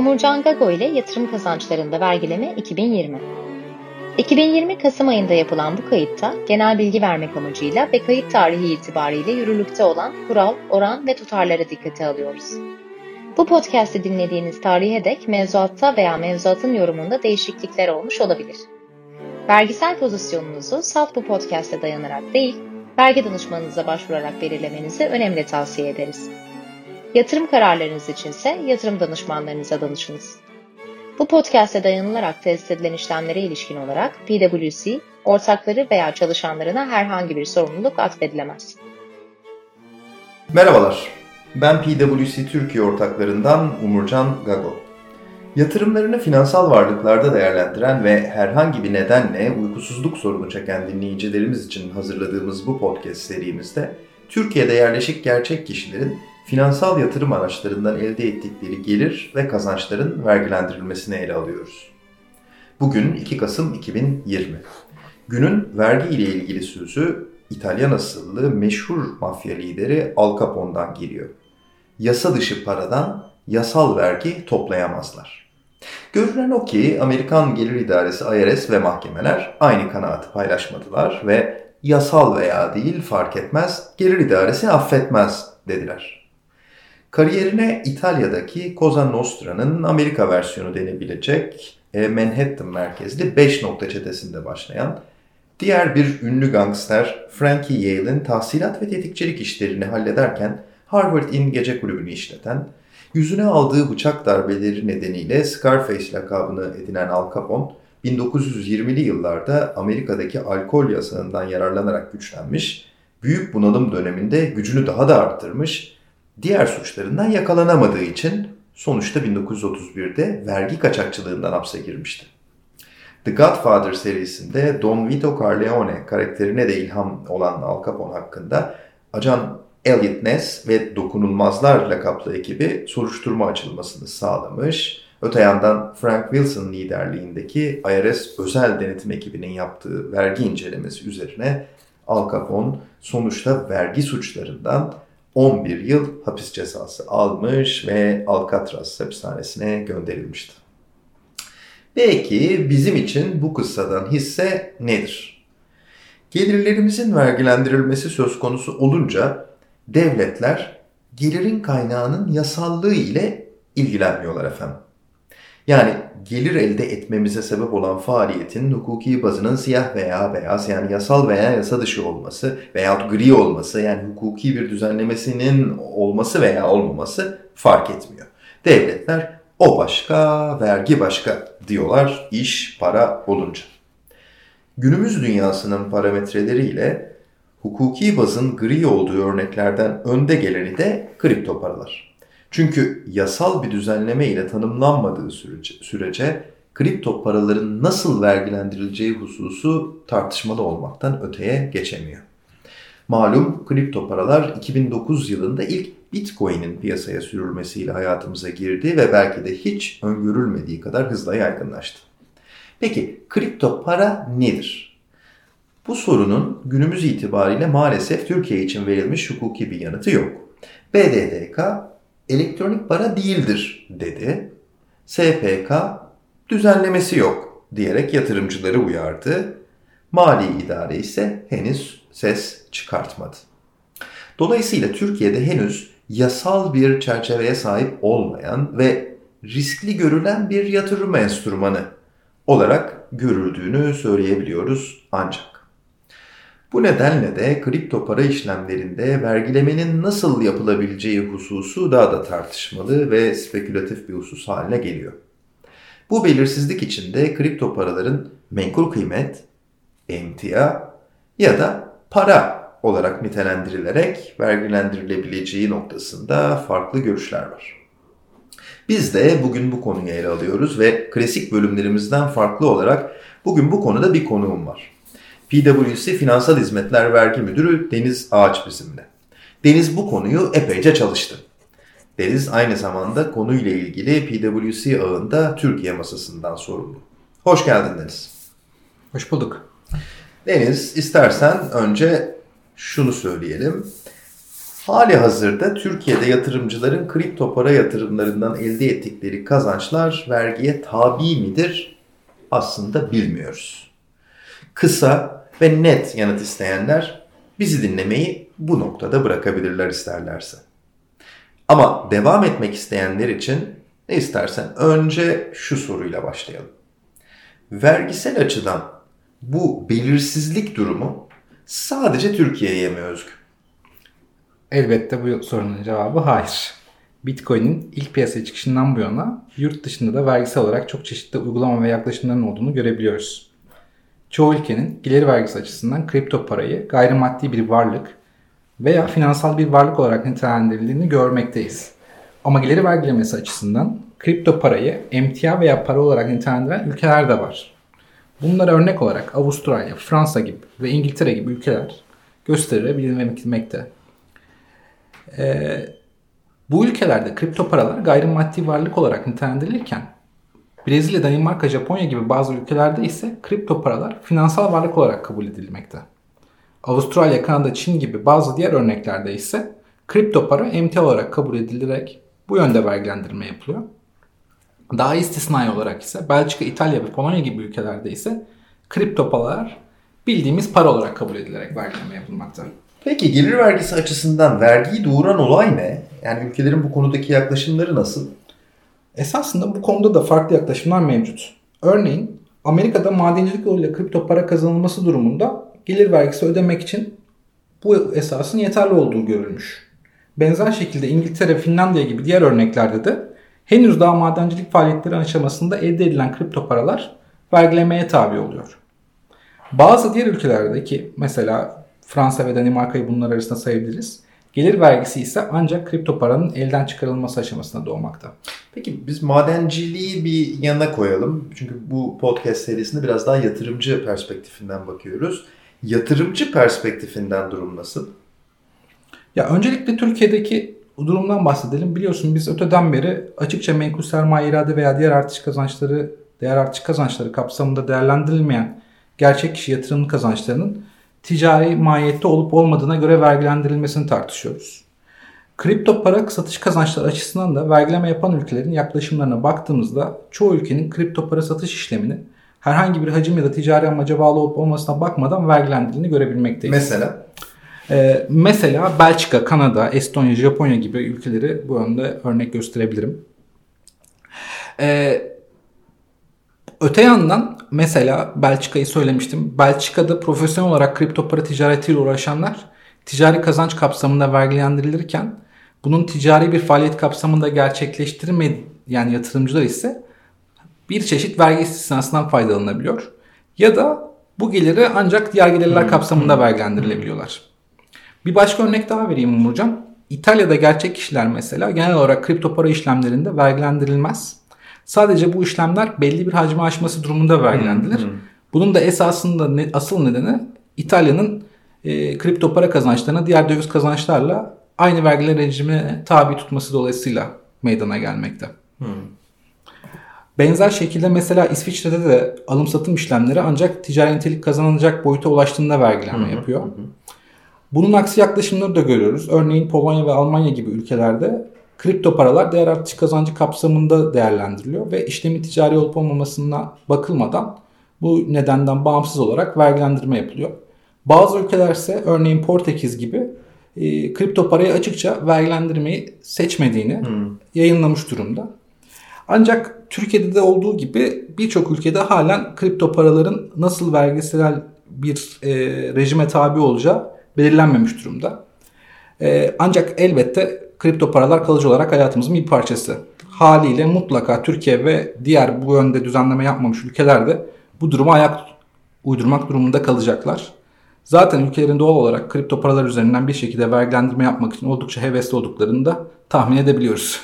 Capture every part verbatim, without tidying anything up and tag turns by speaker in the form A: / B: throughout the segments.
A: Umurcan Gago ile Yatırım Kazançlarında Vergileme iki bin yirmi. iki bin yirmi Kasım ayında yapılan bu kayıtta genel bilgi vermek amacıyla ve kayıt tarihi itibariyle yürürlükte olan kural, oran ve tutarlara dikkate alıyoruz. Bu podcast'i dinlediğiniz tarihe dek mevzuatta veya mevzuatın yorumunda değişiklikler olmuş olabilir. Vergisel pozisyonunuzu salt bu podcast'e dayanarak değil, vergi danışmanınıza başvurarak belirlemenizi önemli tavsiye ederiz. Yatırım kararlarınız içinse yatırım danışmanlarınıza danışınız. Bu podcast'e dayanılarak test edilen işlemlere ilişkin olarak P W C, ortakları veya çalışanlarına herhangi bir sorumluluk atfedilemez.
B: Merhabalar, ben P W C Türkiye ortaklarından Umurcan Gago. Yatırımlarını finansal varlıklarda değerlendiren ve herhangi bir nedenle uykusuzluk sorunu çeken dinleyicilerimiz için hazırladığımız bu podcast serimizde Türkiye'de yerleşik gerçek kişilerin finansal yatırım araçlarından elde ettikleri gelir ve kazançların vergilendirilmesini ele alıyoruz. Bugün iki Kasım iki bin yirmi. Günün vergi ile ilgili sözü İtalyan asıllı meşhur mafya lideri Al Capone'dan geliyor. Yasa dışı paradan yasal vergi toplayamazlar. Görünen o ki Amerikan Gelir İdaresi I R S ve mahkemeler aynı kanaatı paylaşmadılar ve yasal veya değil fark etmez, Gelir İdaresi affetmez dediler. Kariyerine İtalya'daki Cosa Nostra'nın Amerika versiyonu denebilecek Manhattan merkezli beş nokta çetesinde başlayan, diğer bir ünlü gangster Frankie Yale'in tahsilat ve tetikçilik işlerini hallederken Harvard Inn gece kulübünü işleten, yüzüne aldığı bıçak darbeleri nedeniyle Scarface lakabını edinen Al Capone, bin dokuz yüz yirmili yıllarda Amerika'daki alkol yasağından yararlanarak güçlenmiş, büyük bunalım döneminde gücünü daha da arttırmış, diğer suçlarından yakalanamadığı için sonuçta bin dokuz yüz otuz birde vergi kaçakçılığından hapse girmişti. The Godfather serisinde Don Vito Corleone karakterine de ilham olan Al Capone hakkında Ajan Elliot Ness ve Dokunulmazlar lakaplı ekibi soruşturma açılmasını sağlamış. Öte yandan Frank Wilson liderliğindeki I R S özel denetim ekibinin yaptığı vergi incelemesi üzerine Al Capone sonuçta vergi suçlarından on bir yıl hapis cezası almış ve Alcatraz hapishanesine gönderilmişti. Peki bizim için bu kıssadan hisse nedir? Gelirlerimizin vergilendirilmesi söz konusu olunca devletler gelirin kaynağının yasallığı ile ilgilenmiyorlar efendim. Yani gelir elde etmemize sebep olan faaliyetin hukuki bazının siyah veya beyaz, yani yasal veya yasa dışı olması veya gri olması, yani hukuki bir düzenlemesinin olması veya olmaması fark etmiyor. Devletler o başka, vergi başka diyorlar iş para olunca. Günümüz dünyasının parametreleriyle hukuki bazın gri olduğu örneklerden önde geleni de kripto paralar. Çünkü yasal bir düzenleme ile tanımlanmadığı sürece, sürece kripto paraların nasıl vergilendirileceği hususu tartışmalı olmaktan öteye geçemiyor. Malum kripto paralar iki bin dokuz yılında ilk Bitcoin'in piyasaya sürülmesiyle hayatımıza girdi ve belki de hiç öngörülmediği kadar hızla yaygınlaştı. Peki kripto para nedir? Bu sorunun günümüz itibariyle maalesef Türkiye için verilmiş hukuki bir yanıtı yok. B D D K elektronik para değildir dedi. S P K düzenlemesi yok diyerek yatırımcıları uyardı. Mali idare ise henüz ses çıkartmadı. Dolayısıyla Türkiye'de henüz yasal bir çerçeveye sahip olmayan ve riskli görülen bir yatırım enstrümanı olarak görüldüğünü söyleyebiliyoruz ancak. Bu nedenle de kripto para işlemlerinde vergilemenin nasıl yapılabileceği hususu daha da tartışmalı ve spekülatif bir husus haline geliyor. Bu belirsizlik içinde kripto paraların menkul kıymet, emtia ya da para olarak nitelendirilerek vergilendirilebileceği noktasında farklı görüşler var. Biz de bugün bu konuyu ele alıyoruz ve klasik bölümlerimizden farklı olarak bugün bu konuda bir konuğum var. P W C Finansal Hizmetler Vergi Müdürü Deniz Ağaç bizimle. Deniz bu konuyu epeyce çalıştı. Deniz aynı zamanda konuyla ilgili P W C ağında Türkiye masasından sorumlu. Hoş geldin Deniz.
C: Hoş bulduk.
B: Deniz, istersen önce şunu söyleyelim. Hali hazırda Türkiye'de yatırımcıların kripto para yatırımlarından elde ettikleri kazançlar vergiye tabi midir? Aslında bilmiyoruz. Kısa ve net yanıt isteyenler bizi dinlemeyi bu noktada bırakabilirler isterlerse. Ama devam etmek isteyenler için ne istersen önce şu soruyla başlayalım. Vergisel açıdan bu belirsizlik durumu sadece Türkiye'ye mi özgü?
C: Elbette bu sorunun cevabı hayır. Bitcoin'in ilk piyasaya çıkışından bu yana yurt dışında da vergisel olarak çok çeşitli uygulama ve yaklaşımların olduğunu görebiliyoruz. Çoğu ülkenin gelir vergisi açısından kripto parayı gayrimaddi bir varlık veya finansal bir varlık olarak nitelendirildiğini görmekteyiz. Ama gelir vergilemesi açısından kripto parayı emtia veya para olarak nitelendiren ülkeler de var. Bunlara örnek olarak Avustralya, Fransa gibi ve İngiltere gibi ülkeler gösterilebilmekte. Ee, bu ülkelerde kripto paralar gayrimaddi varlık olarak nitelendirilirken Brezilya, Danimarka, Japonya gibi bazı ülkelerde ise kripto paralar finansal varlık olarak kabul edilmekte. Avustralya, Kanada, Çin gibi bazı diğer örneklerde ise kripto para emtia olarak kabul edilerek bu yönde vergilendirme yapılıyor. Daha istisnai olarak ise Belçika, İtalya ve Polonya gibi ülkelerde ise kripto paralar bildiğimiz para olarak kabul edilerek vergileme yapılmakta.
B: Peki gelir vergisi açısından vergiyi doğuran olay ne? Yani ülkelerin bu konudaki yaklaşımları nasıl?
C: Esasında bu konuda da farklı yaklaşımlar mevcut. Örneğin Amerika'da madencilik yoluyla kripto para kazanılması durumunda gelir vergisi ödemek için bu esasın yeterli olduğu görülmüş. Benzer şekilde İngiltere, Finlandiya gibi diğer örneklerde de henüz daha madencilik faaliyetleri aşamasında elde edilen kripto paralar vergilemeye tabi oluyor. Bazı diğer ülkelerdeki mesela Fransa ve Danimarka'yı bunlar arasında sayabiliriz. Gelir vergisi ise ancak kripto paranın elden çıkarılması aşamasında doğmakta.
B: Peki biz madenciliği bir yana koyalım. Çünkü bu podcast serisinde biraz daha yatırımcı perspektifinden bakıyoruz. Yatırımcı perspektifinden durum nasıl?
C: Ya öncelikle Türkiye'deki durumdan bahsedelim. Biliyorsun biz öteden beri açıkça menkul sermaye irade veya diğer artış kazançları, değer artış kazançları kapsamında değerlendirilmeyen gerçek kişi yatırım kazançlarının ticari mahiyette olup olmadığına göre vergilendirilmesini tartışıyoruz. Kripto para satış kazançları açısından da vergileme yapan ülkelerin yaklaşımlarına baktığımızda çoğu ülkenin kripto para satış işlemini herhangi bir hacim ya da ticari amaca bağlı olup olmasına bakmadan vergilendirildiğini görebilmekteyiz.
B: Mesela?
C: Ee, mesela Belçika, Kanada, Estonya, Japonya gibi ülkeleri bu yönde örnek gösterebilirim. Ee, öte yandan mesela Belçika'yı söylemiştim. Belçika'da profesyonel olarak kripto para ticaretiyle uğraşanlar ticari kazanç kapsamında vergilendirilirken bunun ticari bir faaliyet kapsamında gerçekleştirmeyen yani yatırımcılar ise bir çeşit vergi istisnasından faydalanabiliyor. Ya da bu geliri ancak diğer gelirler kapsamında vergilendirilebiliyorlar. Bir başka örnek daha vereyim Umurcan. İtalya'da gerçek kişiler mesela genel olarak kripto para işlemlerinde vergilendirilmez. Sadece bu işlemler belli bir hacmi aşması durumunda vergilendirilir. Hmm, hmm. Bunun da esasında ne, asıl nedeni İtalya'nın e, kripto para kazançlarına diğer döviz kazançlarla aynı vergiler rejimine tabi tutması dolayısıyla meydana gelmekte. Hmm. Benzer şekilde mesela İsviçre'de de alım satım işlemleri ancak ticari nitelik kazanılacak boyuta ulaştığında vergilenme hmm, yapıyor. Hmm. Bunun aksi yaklaşımları da görüyoruz. Örneğin Polonya ve Almanya gibi ülkelerde kripto paralar değer artış kazancı kapsamında değerlendiriliyor ve işlemin ticari olup olmamasına bakılmadan bu nedenden bağımsız olarak vergilendirme yapılıyor. Bazı ülkeler ise örneğin Portekiz gibi e, kripto parayı açıkça vergilendirmeyi seçmediğini hmm. yayınlamış durumda. Ancak Türkiye'de de olduğu gibi birçok ülkede halen kripto paraların nasıl vergisel bir e, rejime tabi olacağı belirlenmemiş durumda. E, ancak elbette kripto paralar kalıcı olarak hayatımızın bir parçası. Haliyle mutlaka Türkiye ve diğer bu yönde düzenleme yapmamış ülkelerde bu duruma ayak uydurmak durumunda kalacaklar. Zaten ülkelerin doğal olarak kripto paralar üzerinden bir şekilde vergilendirme yapmak için oldukça hevesli olduklarını da tahmin edebiliyoruz.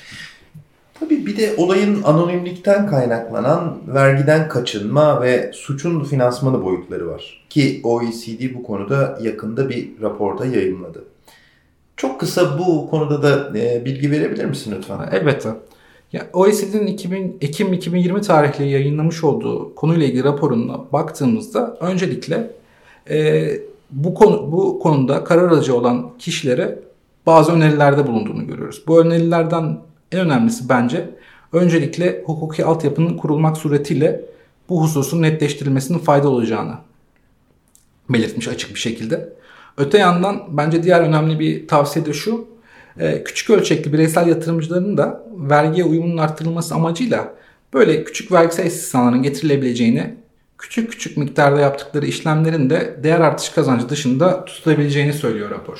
B: Tabii bir de olayın anonimlikten kaynaklanan vergiden kaçınma ve suçun finansmanı boyutları var. Ki O E C D bu konuda yakında bir raporda yayımladı. Çok kısa bu konuda da e, bilgi verebilir misin lütfen?
C: Elbette. Ya, O E C D'nin Ekim iki bin yirmi tarihli yayınlamış olduğu konuyla ilgili raporuna baktığımızda öncelikle e, bu konu bu konuda karar alıcı olan kişilere bazı önerilerde bulunduğunu görüyoruz. Bu önerilerden en önemlisi bence öncelikle hukuki altyapının kurulmak suretiyle bu hususun netleştirilmesinin faydalı olacağını belirtmiş açık bir şekilde. Öte yandan bence diğer önemli bir tavsiye de şu, küçük ölçekli bireysel yatırımcıların da vergiye uyumunun arttırılması amacıyla böyle küçük vergisel istisnaların getirilebileceğini, küçük küçük miktarda yaptıkları işlemlerin de değer artışı kazancı dışında tutulabileceğini söylüyor rapor.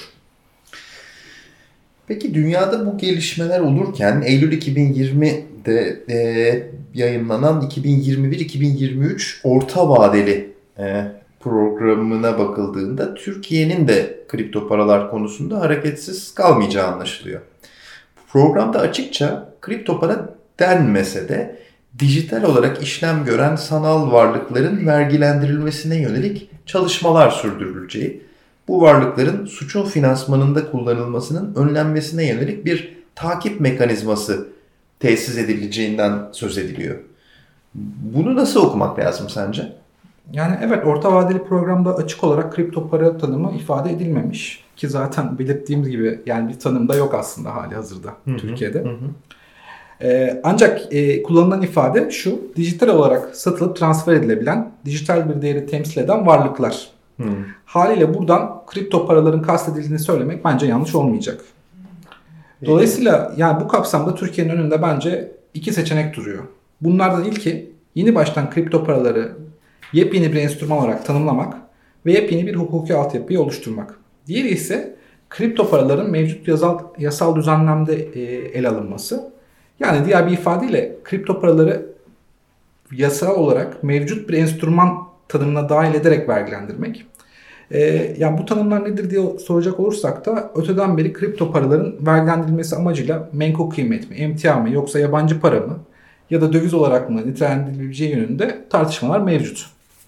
B: Peki dünyada bu gelişmeler olurken Eylül iki bin yirmide e, yayınlanan iki bin yirmi bir iki bin yirmi üç orta vadeli e, programına bakıldığında Türkiye'nin de kripto paralar konusunda hareketsiz kalmayacağı anlaşılıyor. Programda açıkça kripto para denmese de dijital olarak işlem gören sanal varlıkların vergilendirilmesine yönelik çalışmalar sürdürüleceği, bu varlıkların suçun finansmanında kullanılmasının önlenmesine yönelik bir takip mekanizması tesis edileceğinden söz ediliyor. Bunu nasıl okumak lazım sence?
C: Yani evet, orta vadeli programda açık olarak kripto para tanımı ifade edilmemiş. Ki zaten belirttiğimiz gibi yani bir tanım da yok aslında hali hazırda hı hı, Türkiye'de. Hı hı. Ee, ancak e, kullanılan ifade şu: dijital olarak satılıp transfer edilebilen, dijital bir değeri temsil eden varlıklar. Hmm. Haliyle buradan kripto paraların kastedildiğini söylemek bence yanlış olmayacak. Dolayısıyla yani bu kapsamda Türkiye'nin önünde bence iki seçenek duruyor. Bunlardan ilki yeni baştan kripto paraları yepyeni bir enstrüman olarak tanımlamak ve yepyeni bir hukuki altyapıyı oluşturmak. Diğeri ise kripto paraların mevcut yasal, yasal düzenlemde e, ele alınması. Yani diğer bir ifadeyle kripto paraları yasal olarak mevcut bir enstrüman tanımına dahil ederek vergilendirmek. Ee, yani bu tanımlar nedir diye soracak olursak da öteden beri kripto paraların vergilendirilmesi amacıyla menkul kıymet mi, emtia mı, yoksa yabancı para mı ya da döviz olarak mı nitelendirilebileceği yönünde tartışmalar mevcut.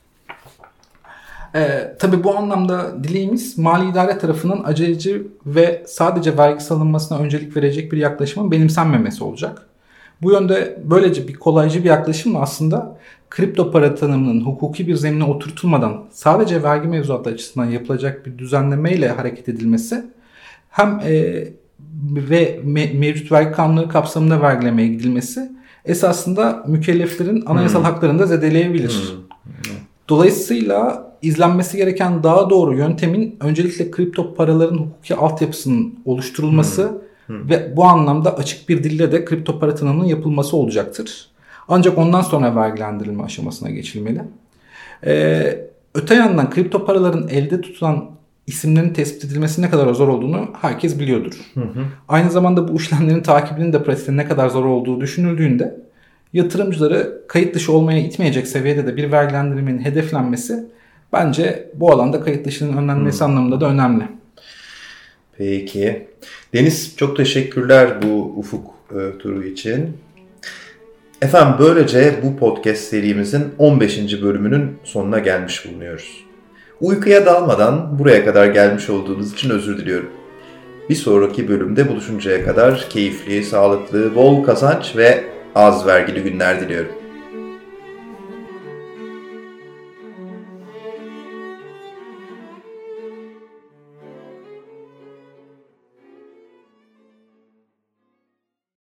C: Ee, tabii bu anlamda dileğimiz mali idare tarafının aceleci ve sadece vergi alınmasına öncelik verecek bir yaklaşımın benimsenmemesi olacak. Bu yönde böylece bir kolaycı bir yaklaşımla aslında kripto para tanımının hukuki bir zemine oturtulmadan sadece vergi mevzuatı açısından yapılacak bir düzenlemeyle hareket edilmesi hem e, ve me, mevcut vergi kanunları kapsamında vergilemeye gidilmesi esasında mükelleflerin anayasal hmm. haklarını da zedeleyebilir. Hmm. Dolayısıyla izlenmesi gereken daha doğru yöntemin öncelikle kripto paraların hukuki altyapısının oluşturulması hmm. Hmm. ve bu anlamda açık bir dille de kripto para tanımının yapılması olacaktır. Ancak ondan sonra vergilendirilme aşamasına geçilmeli. Ee, öte yandan kripto paraların elde tutulan isimlerin tespit edilmesi ne kadar zor olduğunu herkes biliyordur. Hı hı. Aynı zamanda bu işlemlerin takibinin de pratikte ne kadar zor olduğu düşünüldüğünde yatırımcıları kayıt dışı olmaya itmeyecek seviyede de bir vergilendirmenin hedeflenmesi bence bu alanda kayıt dışının önlenmesi hı. anlamında da önemli.
B: Peki. Deniz, çok teşekkürler bu ufuk e, turu için. Efendim, böylece bu podcast serimizin on beşinci bölümünün sonuna gelmiş bulunuyoruz. Uykuya dalmadan buraya kadar gelmiş olduğunuz için özür diliyorum. Bir sonraki bölümde buluşuncaya kadar keyifli, sağlıklı, bol kazanç ve az vergili günler diliyorum.